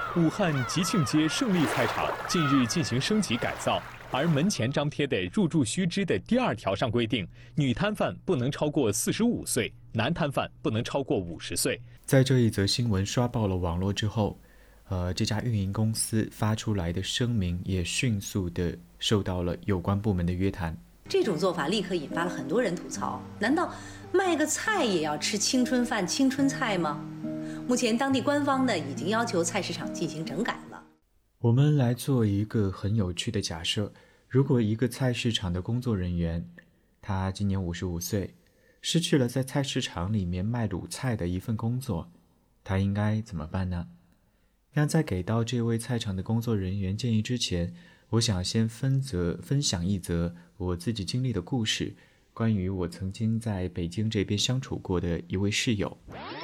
武汉吉庆街胜利菜场近日进行升级改造，而门前张贴的入住须知的第2条上规定，女摊贩不能超过45岁，男摊贩不能超过50岁。 在这一则新闻刷爆了网络之后，这家运营公司发出来的声明也迅速地受到了有关部门的约谈。 这种做法立刻引发了很多人吐槽，难道卖个菜也要吃青春饭、青春菜吗？目前当地官方呢已经要求菜市场进行整改了。 我们来做一个很有趣的假设，如果一个菜市场的工作人员，他今年55岁，失去了在菜市场里面卖卤菜的一份工作，他应该怎么办呢？那在给到这位菜场的工作人员建议之前，我想先分享一则我自己经历的故事，关于我曾经在北京这边相处过的一位室友。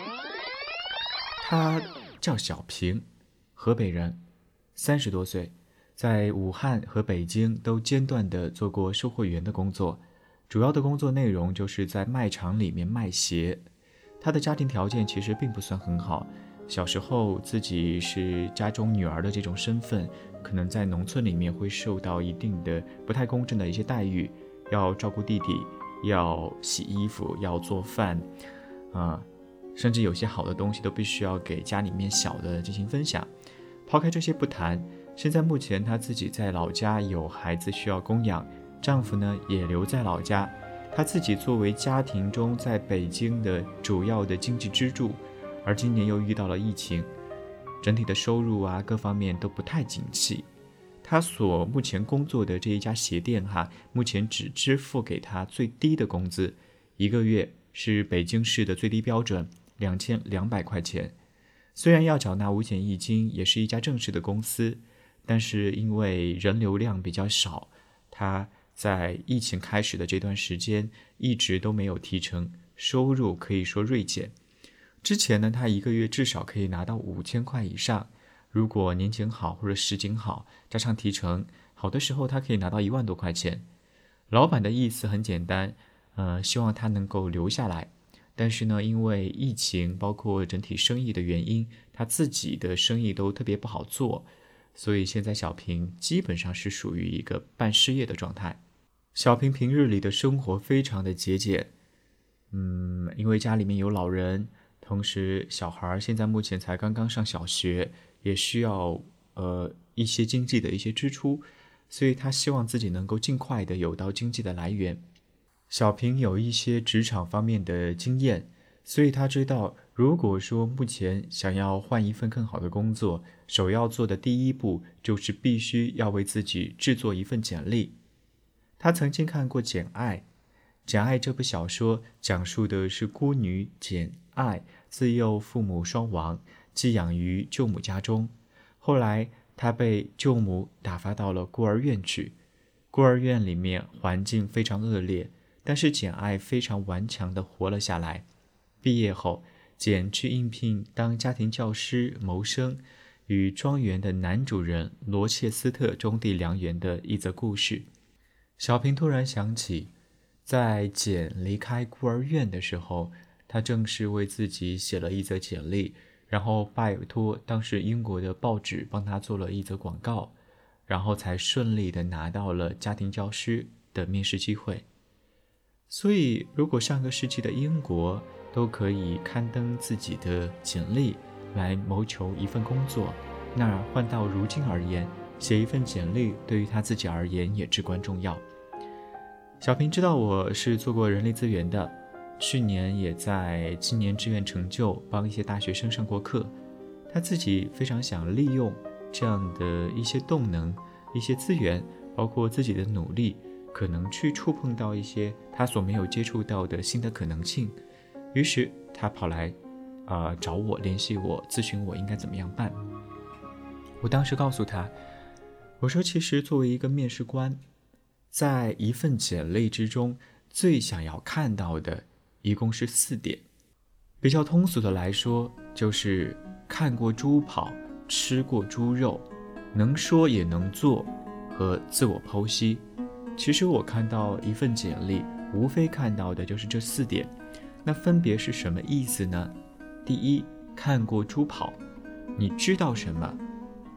他叫小平，河北人，30多岁，在武汉和北京都间断地做过售货员的工作，主要的工作内容就是在卖场里面卖鞋。他的家庭条件其实并不算很好，小时候自己是家中女儿的这种身份，可能在农村里面会受到一定的不太公正的一些待遇，要照顾弟弟，要洗衣服，要做饭，甚至有些好的东西都必须要给家里面小的进行分享。抛开这些不谈，现在目前她自己在老家有孩子需要供养，丈夫呢也留在老家，她自己作为家庭中在北京的主要的经济支柱，而今年又遇到了疫情，整体的收入各方面都不太景气。她所目前工作的这一家鞋店目前只支付给她最低的工资，一个月是北京市的最低标准2200块钱。虽然要缴纳五险一金，也是一家正式的公司，但是因为人流量比较少，他在疫情开始的这段时间一直都没有提成，收入可以说锐减。之前呢，他一个月至少可以拿到5000块以上，如果年景好或者时景好，加上提成，好的时候他可以拿到1万多块钱。老板的意思很简单，希望他能够留下来。但是呢，因为疫情包括整体生意的原因，他自己的生意都特别不好做，所以现在小平基本上是属于一个半失业的状态。小平平日里的生活非常的节俭，因为家里面有老人，同时小孩现在目前才刚刚上小学，也需要一些经济的一些支出，所以他希望自己能够尽快的有到经济的来源。小平有一些职场方面的经验，所以他知道，如果说目前想要换一份更好的工作，首要做的第一步就是必须要为自己制作一份简历。他曾经看过《简爱》，《简爱》这部小说讲述的是孤女简爱自幼父母双亡，寄养于舅母家中，后来她被舅母打发到了孤儿院去。孤儿院里面环境非常恶劣，但是简爱非常顽强地活了下来。毕业后，简去应聘当家庭教师谋生，与庄园的男主人罗切斯特兄弟良缘的一则故事。小平突然想起，在简离开孤儿院的时候，他正是为自己写了一则简历，然后拜托当时英国的报纸帮他做了一则广告，然后才顺利地拿到了家庭教师的面试机会。所以如果上个世纪的英国都可以刊登自己的简历来谋求一份工作，那换到如今而言，写一份简历对于他自己而言也至关重要。小平知道我是做过人力资源的，去年也在青年志愿成就帮一些大学生上过课，他自己非常想利用这样的一些动能、一些资源，包括自己的努力，可能去触碰到一些他所没有接触到的新的可能性。于是他跑来找我，联系我，咨询我应该怎么样办。我当时告诉他，我说其实作为一个面试官，在一份简历之中最想要看到的一共是4点。比较通俗的来说，就是看过猪跑，吃过猪肉，能说也能做，和自我剖析。其实我看到一份简历，无非看到的就是这4点。那分别是什么意思呢？第一，看过猪跑，你知道什么，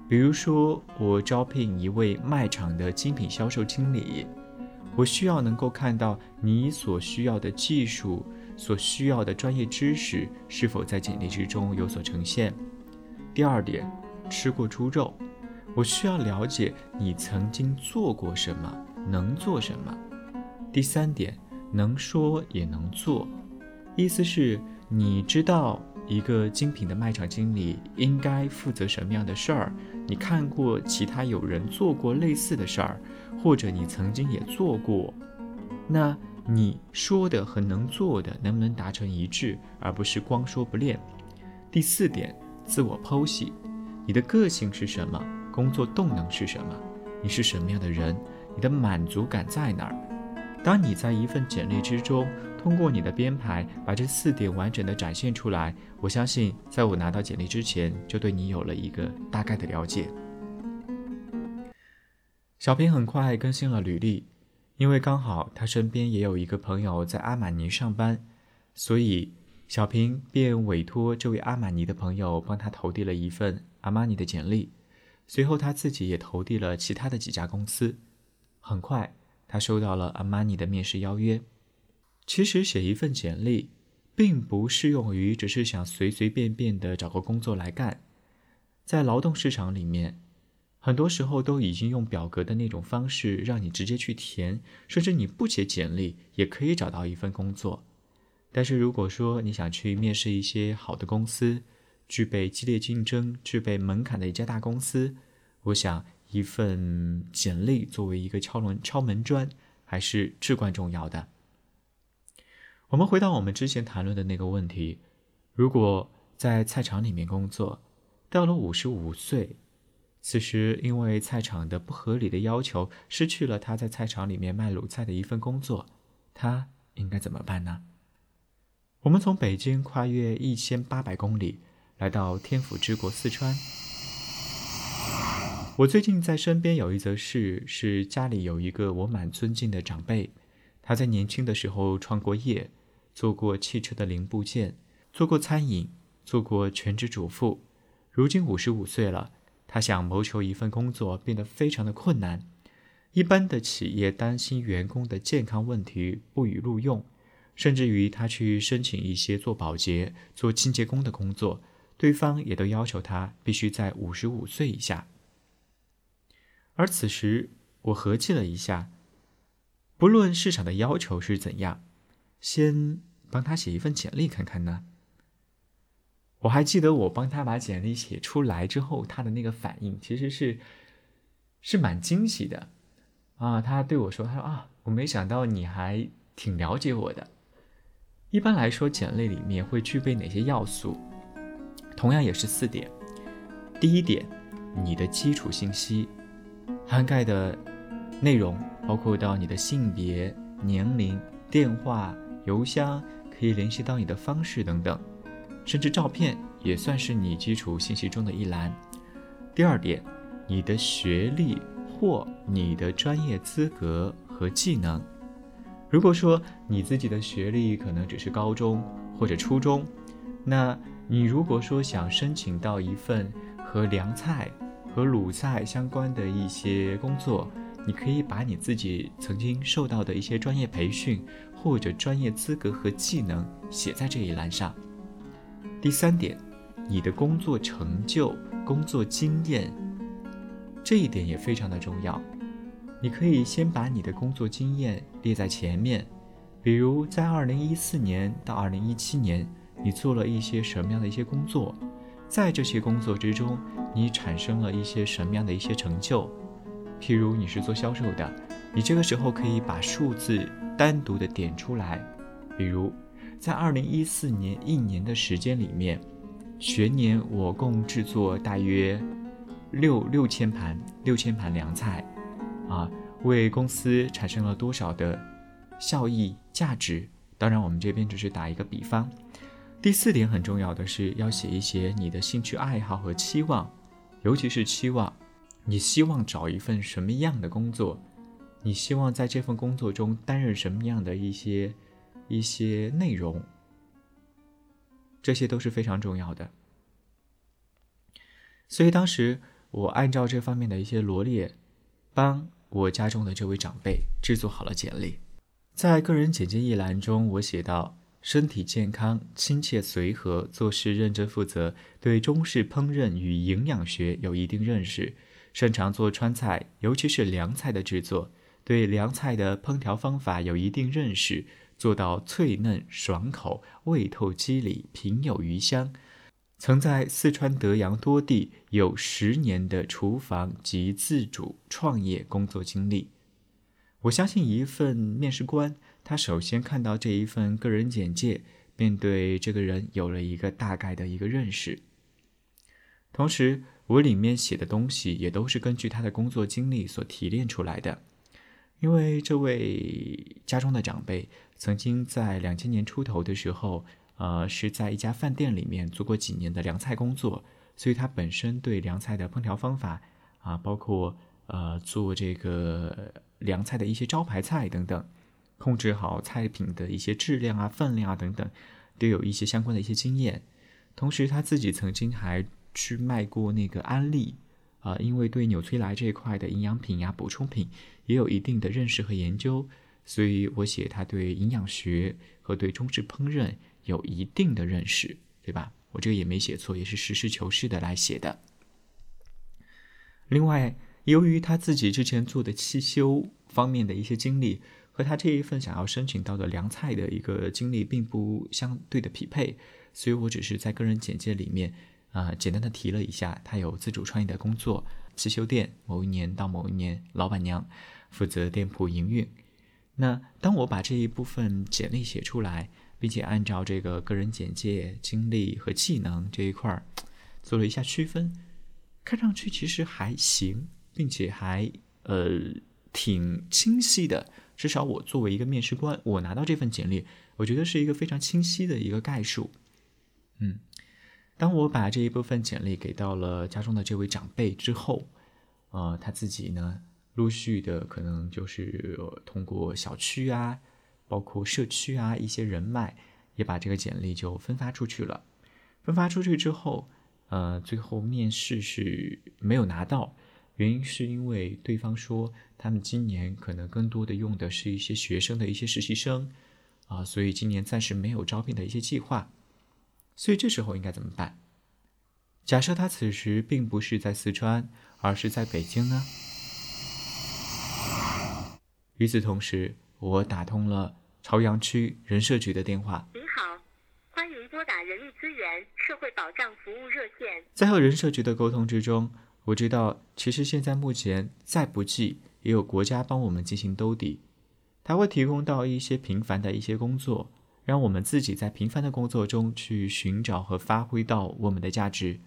比如说，我招聘一位卖场的精品销售经理，我需要能够看到你所需要的技术、所需要的专业知识是否在简历之中有所呈现。第二点，吃过猪肉，我需要了解你曾经做过什么，能做什么。第三点，能说也能做，意思是你知道一个精品的卖场经理应该负责什么样的事儿，你看过其他有人做过类似的事儿，或者你曾经也做过，那你说的和能做的能不能达成一致，而不是光说不练。第四点，自我剖析，你的个性是什么，工作动能是什么，你是什么样的人，你的满足感在哪儿。当你在一份简历之中通过你的编排把这4点完整的展现出来，我相信在我拿到简历之前就对你有了一个大概的了解。小平很快更新了履历，因为刚好他身边也有一个朋友在阿玛尼上班，所以小平便委托这位阿玛尼的朋友帮他投递了一份阿玛尼的简历，随后他自己也投递了其他的几家公司。很快他收到了阿玛尼的面试邀约。其实写一份简历并不适用于只是想随随便便的找个工作来干，在劳动市场里面，很多时候都已经用表格的那种方式让你直接去填，甚至你不写简历也可以找到一份工作。但是如果说你想去面试一些好的公司，具备激烈竞争、具备门槛的一家大公司，我想一份简历作为一个敲门砖还是至关重要的。我们回到我们之前谈论的那个问题，如果在菜场里面工作，到了55岁，此时因为菜场的不合理的要求，失去了他在菜场里面卖卤菜的一份工作，他应该怎么办呢？我们从北京跨越1800公里，来到天府之国四川。我最近在身边有一则事，是家里有一个我蛮尊敬的长辈，他在年轻的时候创过业，做过汽车的零部件，做过餐饮，做过全职主妇。如今55岁了，他想谋求一份工作变得非常的困难。一般的企业担心员工的健康问题，不予录用，甚至于他去申请一些做保洁、做清洁工的工作，对方也都要求他必须在55岁以下。而此时我合计了一下，不论市场的要求是怎样，先帮他写一份简历看看呢。我还记得我帮他把简历写出来之后，他的那个反应其实是蛮惊喜的啊。他对我说，他说我没想到你还挺了解我的。一般来说，简历里面会具备哪些要素？同样也是4点。第一点，你的基础信息，涵盖的内容包括到你的性别、年龄、电话、邮箱，可以联系到你的方式等等，甚至照片也算是你基础信息中的一栏。第二点，你的学历或你的专业资格和技能。如果说你自己的学历可能只是高中或者初中，那你如果说想申请到一份和凉菜和鲁菜相关的一些工作，你可以把你自己曾经受到的一些专业培训或者专业资格和技能写在这一栏上。第三点，你的工作成就、工作经验，这一点也非常的重要。你可以先把你的工作经验列在前面，比如在2014年到2017年，你做了一些什么样的一些工作，在这些工作之中，你产生了一些什么样的一些成就。譬如你是做销售的，你这个时候可以把数字单独的点出来，比如在2014年1年的时间里面，全年我共制作大约6000盘凉菜为公司产生了多少的效益价值。当然我们这边只是打一个比方。第4点很重要的是要写一些你的兴趣爱好和期望，尤其是期望，你希望找一份什么样的工作，你希望在这份工作中担任什么样的一些内容，这些都是非常重要的。所以当时我按照这方面的一些罗列，帮我家中的这位长辈制作好了简历。在个人简介一栏中，我写道：身体健康，亲切随和，做事认真负责，对中式烹饪与营养学有一定认识，擅长做川菜，尤其是凉菜的制作，对凉菜的烹调方法有一定认识，做到脆嫩爽口，味透肌理，品有余香。曾在四川德阳多地有10年的厨房及自主创业工作经历。我相信一份面试官，他首先看到这一份个人简介，便对这个人有了一个大概的一个认识。同时，我里面写的东西也都是根据他的工作经历所提炼出来的。因为这位家中的长辈曾经在2000年出头的时候，是在一家饭店里面做过几年的凉菜工作，所以他本身对凉菜的烹调方法包括做这个凉菜的一些招牌菜等等，控制好菜品的一些质量分量等等，都有一些相关的一些经验。同时他自己曾经还去卖过那个安利，因为对纽崔莱这一块的营养品补充品也有一定的认识和研究，所以我写他对营养学和对中式烹饪有一定的认识，对吧？我这个也没写错，也是实事求是的来写的。另外，由于他自己之前做的汽修方面的一些经历和他这一份想要申请到的凉菜的一个经历并不相对的匹配，所以我只是在个人简介里面简单的提了一下，他有自主创业的工作，汽修店某一年到某一年，老板娘负责店铺营运。那当我把这一部分简历写出来，并且按照这个个人简介、经历和技能这一块做了一下区分，看上去其实还行，并且还挺清晰的。至少我作为一个面试官，我拿到这份简历，我觉得是一个非常清晰的一个概述。当我把这一部分简历给到了家中的这位长辈之后，他自己呢，陆续的可能就是通过小区包括社区一些人脉，也把这个简历就分发出去了。分发出去之后，最后面试是没有拿到，原因是因为对方说他们今年可能更多的用的是一些学生的一些实习生所以今年暂时没有招聘的一些计划。所以这时候应该怎么办？假设他此时并不是在四川，而是在北京呢？与此同时，我打通了朝阳区人社局的电话。 您好，欢迎拨打人力资源社会保障服务热线。 在和人社局的沟通之中，我知道其实现在目前再不济也有国家帮我们进行兜底，他会提供到一些平凡的一些工作，让我们自己在平凡的工作中去寻找和发挥到我们的价值。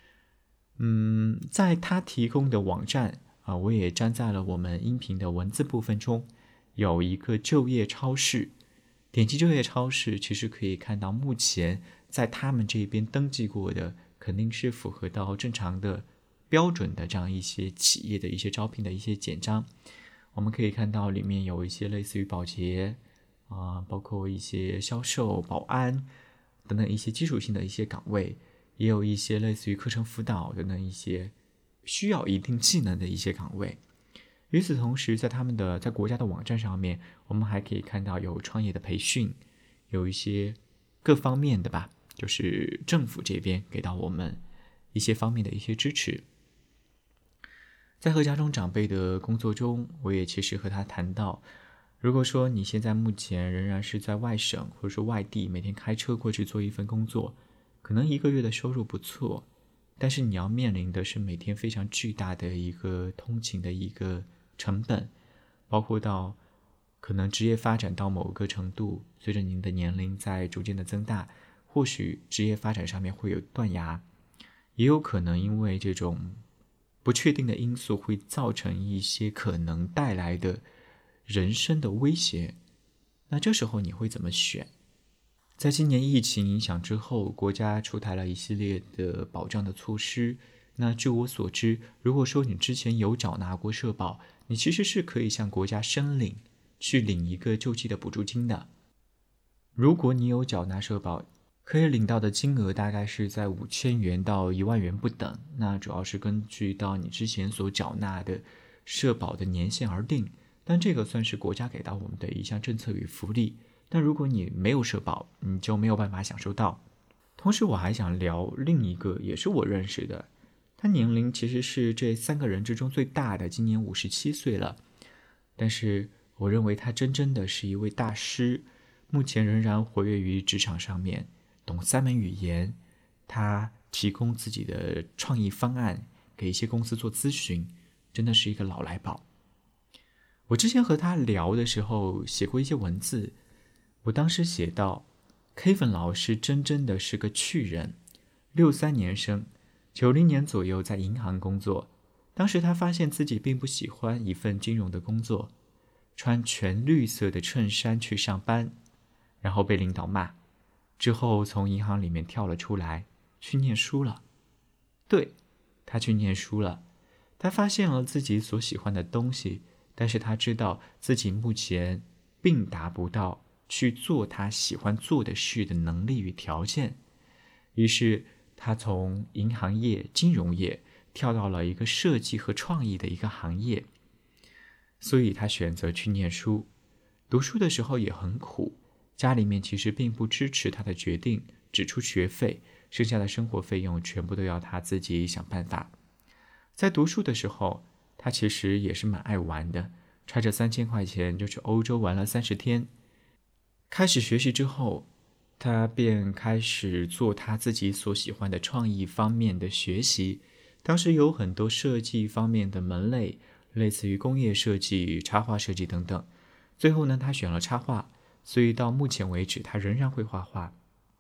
在他提供的网站我也粘在了我们音频的文字部分中，有一个就业超市。点击就业超市，其实可以看到目前在他们这边登记过的，肯定是符合到正常的标准的这样一些企业的一些招聘的一些简章。我们可以看到里面有一些类似于保洁包括一些销售、保安等等一些基础性的一些岗位，也有一些类似于课程辅导等等一些需要一定技能的一些岗位。与此同时，在国家的网站上面，我们还可以看到有创业的培训，有一些各方面的吧，就是政府这边给到我们一些方面的一些支持。在和家中长辈的工作中，我也其实和他谈到，如果说你现在目前仍然是在外省或者说外地，每天开车过去做一份工作，可能1个月的收入不错，但是你要面临的是每天非常巨大的一个通勤的一个成本，包括到可能职业发展到某个程度，随着您的年龄在逐渐的增大，或许职业发展上面会有断崖，也有可能因为这种不确定的因素会造成一些可能带来的人生的威胁。那这时候你会怎么选？在今年疫情影响之后，国家出台了一系列的保障的措施。那据我所知，如果说你之前有缴纳过社保，你其实是可以向国家申领，去领一个救济的补助金的。如果你有缴纳社保， 可以领到的金额大概是在5000元到1万元不等，那主要是根据到你之前所缴纳的社保的年限而定，但这个算是国家给到我们的一项政策与福利，但如果你没有社保，你就没有办法享受到。同时我还想聊另一个也是我认识的，他年龄其实是这3个人之中最大的，今年57岁了，但是我认为他真正的是一位大师，目前仍然活跃于职场上面，懂3门语言，他提供自己的创意方案给一些公司做咨询，真的是一个老来宝。我之前和他聊的时候写过一些文字，我当时写到 Kevin 老师真的是个趣人，63年生，90年左右在银行工作，当时他发现自己并不喜欢一份金融的工作，穿全绿色的衬衫去上班，然后被领导骂，之后从银行里面跳了出来，去念书了。对，他去念书了，他发现了自己所喜欢的东西，但是他知道自己目前并达不到去做他喜欢做的事的能力与条件，于是他从银行业、金融业跳到了一个设计和创意的一个行业，所以他选择去念书。读书的时候也很苦，家里面其实并不支持他的决定，只出学费，剩下的生活费用全部都要他自己想办法。在读书的时候，他其实也是蛮爱玩的，揣着3000块钱就去欧洲玩了30天。开始学习之后，他便开始做他自己所喜欢的创意方面的学习。当时有很多设计方面的门类，类似于工业设计、插画设计等等。最后呢，他选了插画，所以到目前为止他仍然会画画。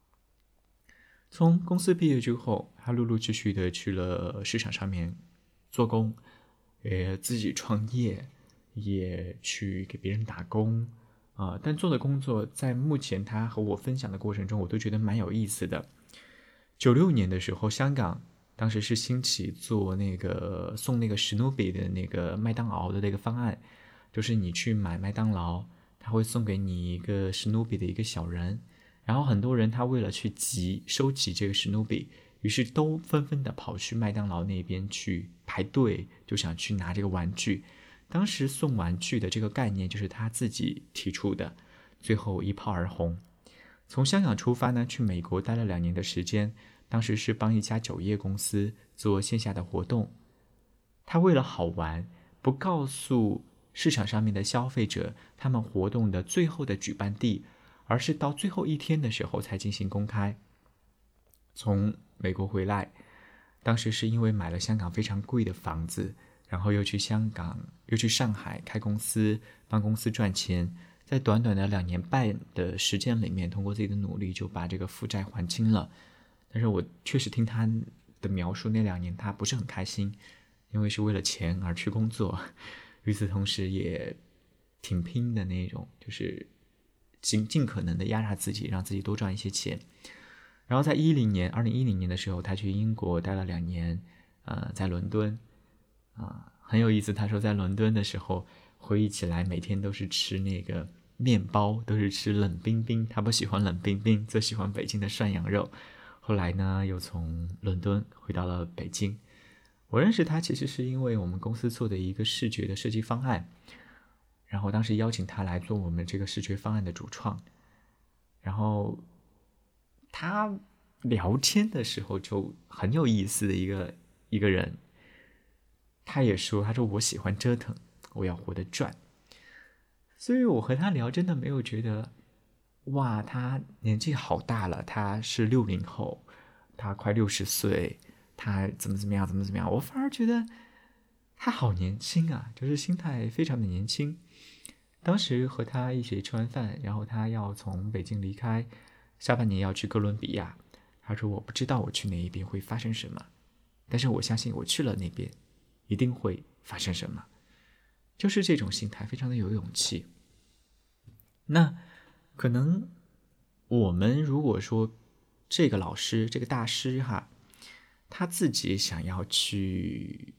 从公司毕业之后，他陆陆续续的去了市场上面做工，也自己创业，也去给别人打工但做的工作在目前他和我分享的过程中，我都觉得蛮有意思的。96年的时候，香港当时是兴起做那个送那个史努比的那个麦当劳的那个方案，就是你去买麦当劳，他会送给你一个史努比的一个小人，然后很多人他为了去收集这个史努比，于是都纷纷的跑去麦当劳那边去排队，就想去拿这个玩具。当时送玩具的这个概念就是他自己提出的，最后一炮而红。从香港出发呢，去美国待了2年的时间，当时是帮一家酒业公司做线下的活动。他为了好玩，不告诉市场上面的消费者他们活动的最后的举办地，而是到最后一天的时候才进行公开。从美国回来，当时是因为买了香港非常贵的房子，然后又去香港，又去上海开公司，帮公司赚钱，在短短的2年半的时间里面，通过自己的努力就把这个负债还清了。但是我确实听他的描述，那2年他不是很开心，因为是为了钱而去工作，与此同时也挺拼的那种，就是尽可能的压榨自己，让自己多赚一些钱。然后在2010年的时候，他去英国待了2年，在伦敦很有意思。他说在伦敦的时候，回忆起来每天都是吃那个面包，都是吃冷冰冰，他不喜欢冷冰冰，最喜欢北京的涮羊肉。后来呢，又从伦敦回到了北京。我认识他其实是因为我们公司做的一个视觉的设计方案，然后当时邀请他来做我们这个视觉方案的主创。然后他聊天的时候就很有意思的一个人，他说我喜欢折腾，我要活得赚。所以我和他聊真的没有觉得哇他年纪好大了，他是60后，他快60岁，他怎么样，我反而觉得他好年轻啊，就是心态非常的年轻。当时和他一起吃完饭，然后他要从北京离开，下半年要去哥伦比亚。他说我不知道我去那一边会发生什么，但是我相信我去了那边一定会发生什么。就是这种心态非常的有勇气。那可能我们如果说这个老师，这个大师他自己想要去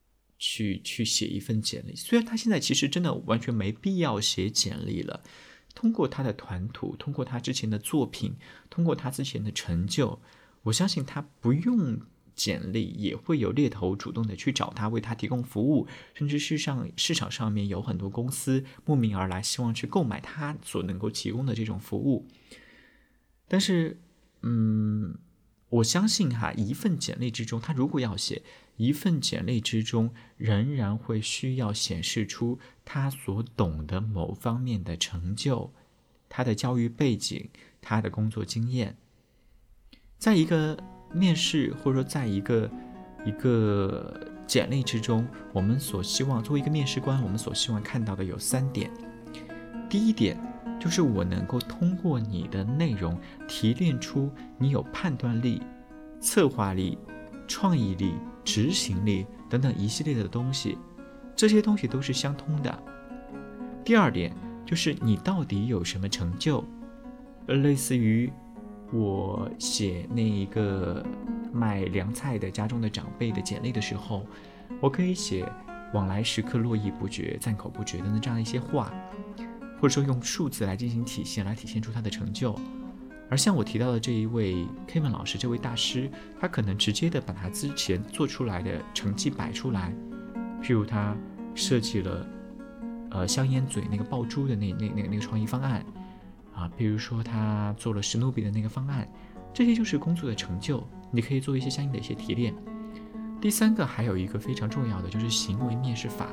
写一份简历，虽然他现在其实真的完全没必要写简历了， 通过他的团图，通过他之前的作品，通过他之前的成就，我相信他不用简历也会有猎头主动的去找他，为他提供服务，甚至市场上面有很多公司慕名而来，希望去购买他所能够提供的这种服务。但是我相信一份简历之中，他如果要写一份简历之中，仍然会需要显示出他所懂的某方面的成就，他的教育背景，他的工作经验。在一个面试或者说在一个简历之中，我们所希望作为一个面试官，我们所希望看到的有3点。第一点就是我能够通过你的内容提炼出你有判断力、策划力、创意力、执行力等等一系列的东西，这些东西都是相通的。第二点就是你到底有什么成就，类似于我写那一个卖凉菜的家中的长辈的简历的时候，我可以写往来时刻络绎不绝、赞口不绝的这样一些话，或者说用数字来进行体现，来体现出他的成就。而像我提到的这一位 Kevin 老师，这位大师，他可能直接的把他之前做出来的成绩摆出来，譬如他设计了香烟嘴那个爆珠的那个创意方案比如说他做了史努比的那个方案，这些就是工作的成就，你可以做一些相应的一些提炼。第3个还有一个非常重要的就是行为面试法。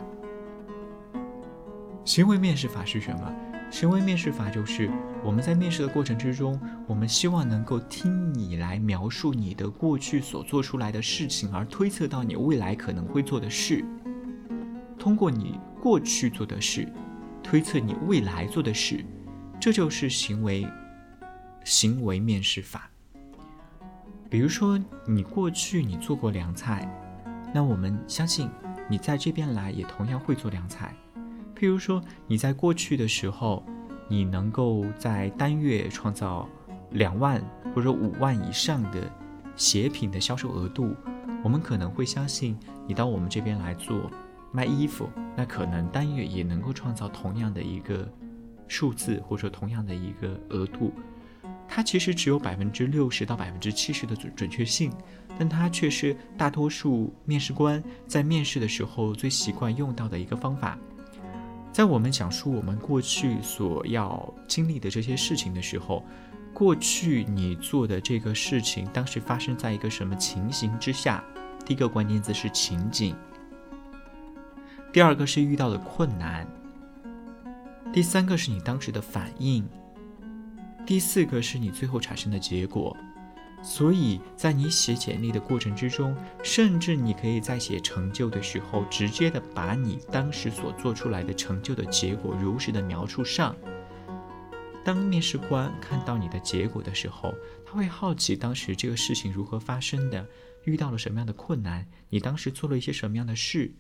行为面试法是什么？行为面试法就是我们在面试的过程之中，我们希望能够听你来描述你的过去所做出来的事情，而推测到你未来可能会做的事，通过你过去做的事推测你未来做的事，这就是行为面试法。比如说你过去你做过凉菜，那我们相信你在这边来也同样会做凉菜。譬如说你在过去的时候，你能够在单月创造2万或者5万以上的鞋品的销售额度，我们可能会相信你到我们这边来做卖衣服，那可能单月也能够创造同样的一个数字，或者说同样的一个额度。它其实只有60%到70%的准确性，但它却是大多数面试官在面试的时候最习惯用到的一个方法。在我们讲述我们过去所要经历的这些事情的时候，过去你做的这个事情当时发生在一个什么情形之下，第一个关键字是情景，第2个是遇到的困难，第3个是你当时的反应，第4个是你最后产生的结果。所以在你写简历的过程之中，甚至你可以在写成就的时候，直接的把你当时所做出来的成就的结果如实的描述上。当面试官看到你的结果的时候，他会好奇当时这个事情如何发生的，遇到了什么样的困难，你当时做了一些什么样的事。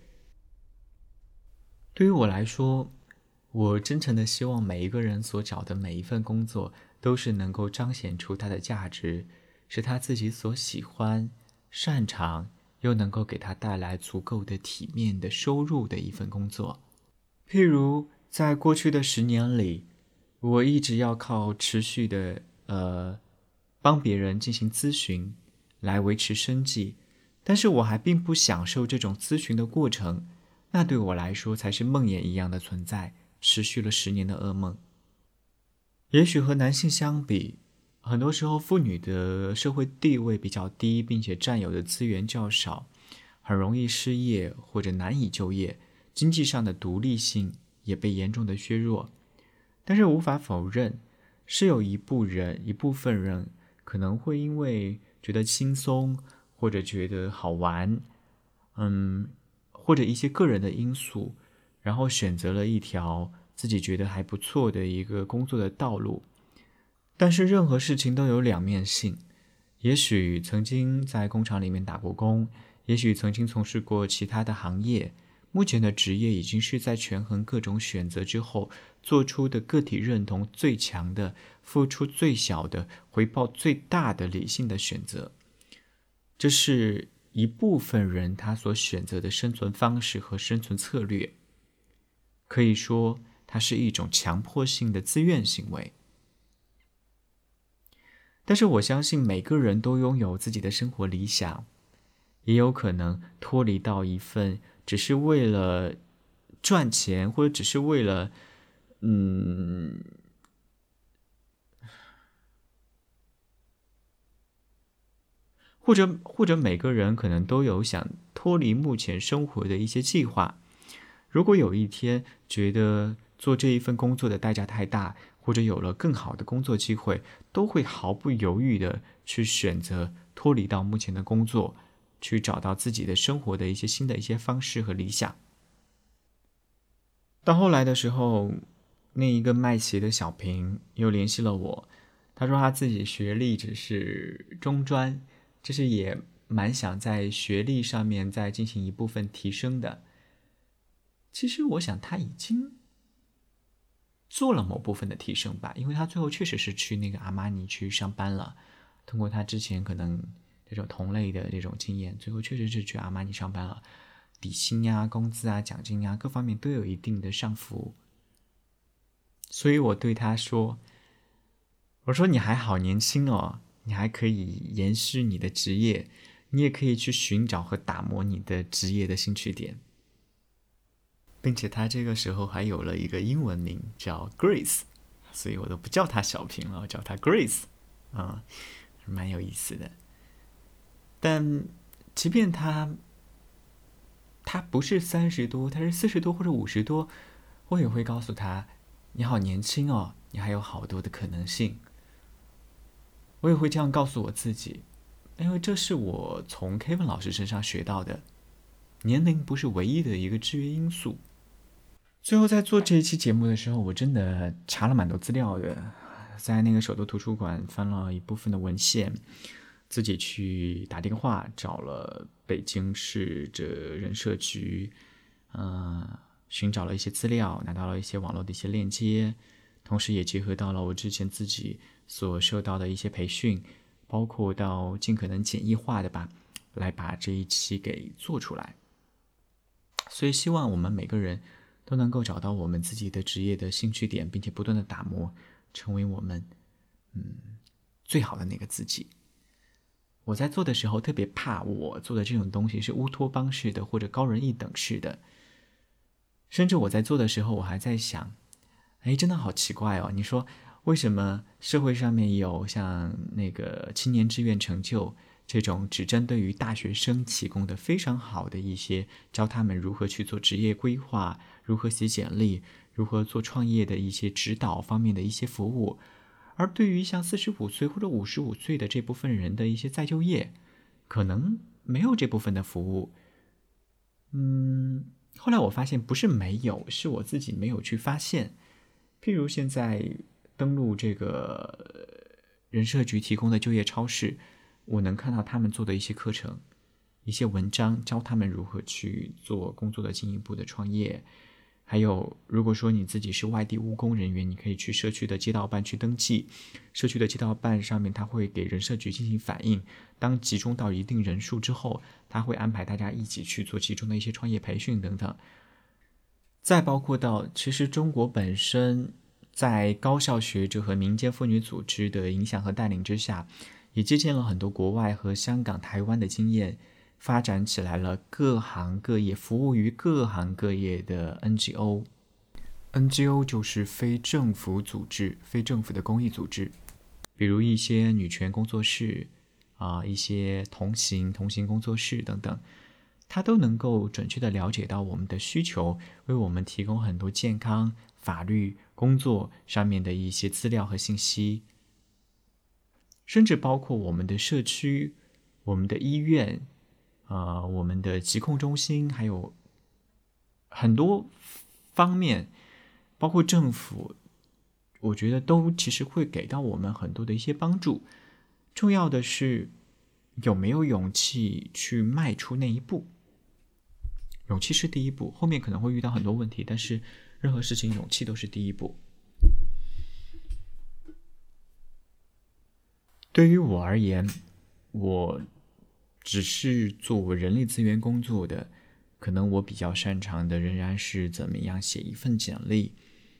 对于我来说，我真诚的希望每一个人所找的每一份工作都是能够彰显出它的价值，是他自己所喜欢、擅长，又能够给他带来足够的体面的收入的一份工作。譬如在过去的10年里，我一直要靠持续的帮别人进行咨询来维持生计，但是我还并不享受这种咨询的过程，那对我来说才是梦魇一样的存在，持续了10年的噩梦。也许和男性相比，很多时候妇女的社会地位比较低，并且占有的资源较少，很容易失业或者难以就业，经济上的独立性也被严重的削弱。但是无法否认，是有一部分人可能会因为觉得轻松，或者觉得好玩，或者一些个人的因素，然后选择了一条自己觉得还不错的一个工作的道路。但是任何事情都有2面性，也许曾经在工厂里面打过工，也许曾经从事过其他的行业，目前的职业已经是在权衡各种选择之后做出的个体认同最强的、付出最小的、回报最大的理性的选择。这是一部分人他所选择的生存方式和生存策略。可以说它是一种强迫性的自愿行为。但是我相信每个人都拥有自己的生活理想，也有可能脱离到一份只是为了赚钱，或者只是为了或者每个人可能都有想脱离目前生活的一些计划。如果有一天觉得做这一份工作的代价太大，或者有了更好的工作机会，都会毫不犹豫的去选择脱离到目前的工作，去找到自己的生活的一些新的一些方式和理想。到后来的时候，那一个卖鞋的小平又联系了我，他说他自己学历只是中专，就是也蛮想在学历上面再进行一部分提升的。其实我想他已经做了某部分的提升吧，因为他最后确实是去那个阿玛尼去上班了，通过他之前可能这种同类的这种经验，最后确实是去阿玛尼上班了，底薪呀、工资啊、奖金啊各方面都有一定的上浮。所以我对他说，我说你还好年轻哦，你还可以延续你的职业，你也可以去寻找和打磨你的职业的兴趣点。并且他这个时候还有了一个英文名叫 Grace， 所以我都不叫他小平了，我叫他 Grace， 蛮有意思的。但即便他不是30多，他是40多或者50多，我也会告诉他，你好年轻哦，你还有好多的可能性。我也会这样告诉我自己，因为这是我从 Kevin 老师身上学到的，年龄不是唯一的一个制约因素。最后在做这一期节目的时候，我真的查了蛮多资料的，在那个首都图书馆翻了一部分的文献，自己去打电话找了北京市的人社局，寻找了一些资料，拿到了一些网络的一些链接，同时也结合到了我之前自己所受到的一些培训，包括到尽可能简易化的吧，来把这一期给做出来。所以希望我们每个人都能够找到我们自己的职业的兴趣点，并且不断的打磨，成为我们最好的那个自己。我在做的时候特别怕我做的这种东西是乌托邦式的或者高人一等式的，甚至我在做的时候我还在想，真的好奇怪哦，你说为什么社会上面有像那个青年志愿成就这种只针对于大学生提供的非常好的一些教他们如何去做职业规划，如何写简历，如何做创业的一些指导方面的一些服务，而对于像45岁或者55岁的这部分人的一些再就业，可能没有这部分的服务。后来我发现不是没有，是我自己没有去发现。譬如现在登录这个人社局提供的就业超市，我能看到他们做的一些课程，一些文章，教他们如何去做工作的进一步的创业。还有如果说你自己是外地务工人员，你可以去社区的街道办去登记，社区的街道办上面他会给人社局进行反映，当集中到一定人数之后，他会安排大家一起去做其中的一些创业培训等等。再包括到其实中国本身在高校学者和民间妇女组织的影响和带领之下，也借鉴了很多国外和香港、台湾的经验，发展起来了各行各业服务于各行各业的 NGO 就是非政府组织，非政府的公益组织，比如一些女权工作室一些同行工作室等等，它都能够准确地了解到我们的需求，为我们提供很多健康、法律、工作上面的一些资料和信息，甚至包括我们的社区、我们的医院我们的疾控中心，还有很多方面，包括政府，我觉得都其实会给到我们很多的一些帮助。重要的是有没有勇气去迈出那一步。勇气是第一步，后面可能会遇到很多问题，但是任何事情勇气都是第一步。对于我而言，我只是做人力资源工作的，可能我比较擅长的仍然是怎么样写一份简历，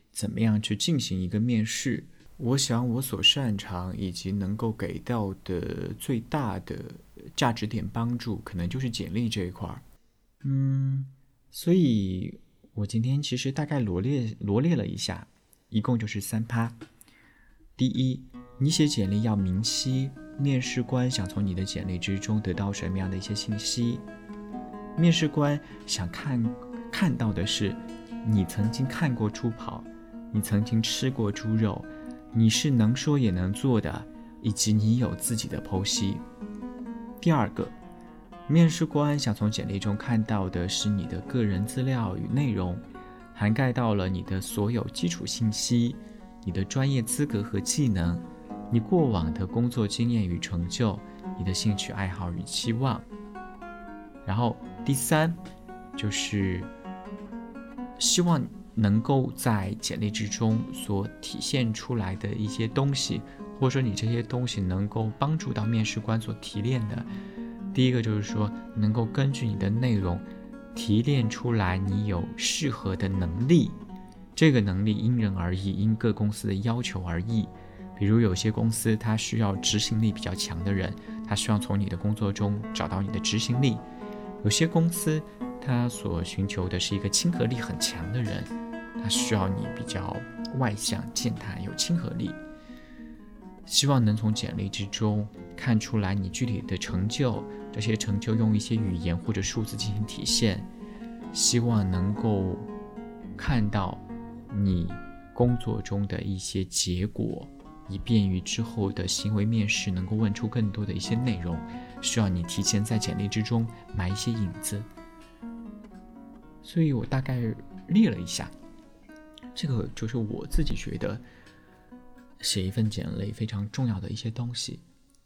怎么样去进行一个面试。我想我所擅长以及能够给到的最大的价值点帮助，可能就是简历这一块。所以我今天其实大概罗列了一下，一共就是3趴。第一，你写简历要明晰面试官想从你的简历之中得到什么样的一些信息。面试官想看到的是你曾经看过猪跑，你曾经吃过猪肉，你是能说也能做的，以及你有自己的剖析。第二个，面试官想从简历中看到的是你的个人资料与内容，涵盖到了你的所有基础信息，你的专业资格和技能，你过往的工作经验与成就，你的兴趣爱好与期望。然后第三，就是希望能够在简历之中所体现出来的一些东西，或者说你这些东西能够帮助到面试官所提炼的。第一个就是说，能够根据你的内容提炼出来你有适合的能力，这个能力因人而异，因各公司的要求而异。比如有些公司它需要执行力比较强的人，它需要从你的工作中找到你的执行力。有些公司它所寻求的是一个亲和力很强的人，它需要你比较外向健谈有亲和力。希望能从简历之中看出来你具体的成就，这些成就用一些语言或者数字进行体现。希望能够看到你工作中的一些结果，以便于之后的行为面试能够问出更多的一些内容，需要你提前在简历之中埋一些引子。所以我大概列了一下，这个就是我自己觉得写一份简历非常重要的一些东西。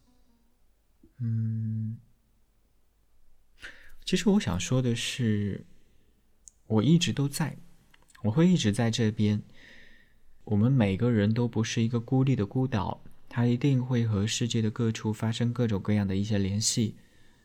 其实我想说的是，我一直都在，我会一直在这边。我们每个人都不是一个孤立的孤岛，它一定会和世界的各处发生各种各样的一些联系。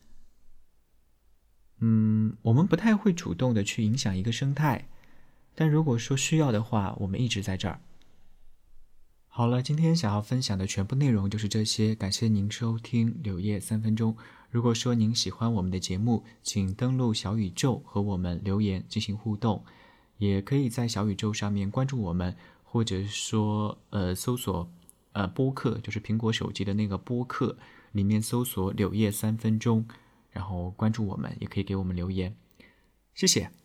我们不太会主动的去影响一个生态，但如果说需要的话，我们一直在这儿。好了，今天想要分享的全部内容就是这些，感谢您收听柳叶3分钟。如果说您喜欢我们的节目，请登录小宇宙和我们留言进行互动，也可以在小宇宙上面关注我们，或者说搜索播客，就是苹果手机的那个播客里面搜索柳叶3分钟，然后关注我们，也可以给我们留言。谢谢。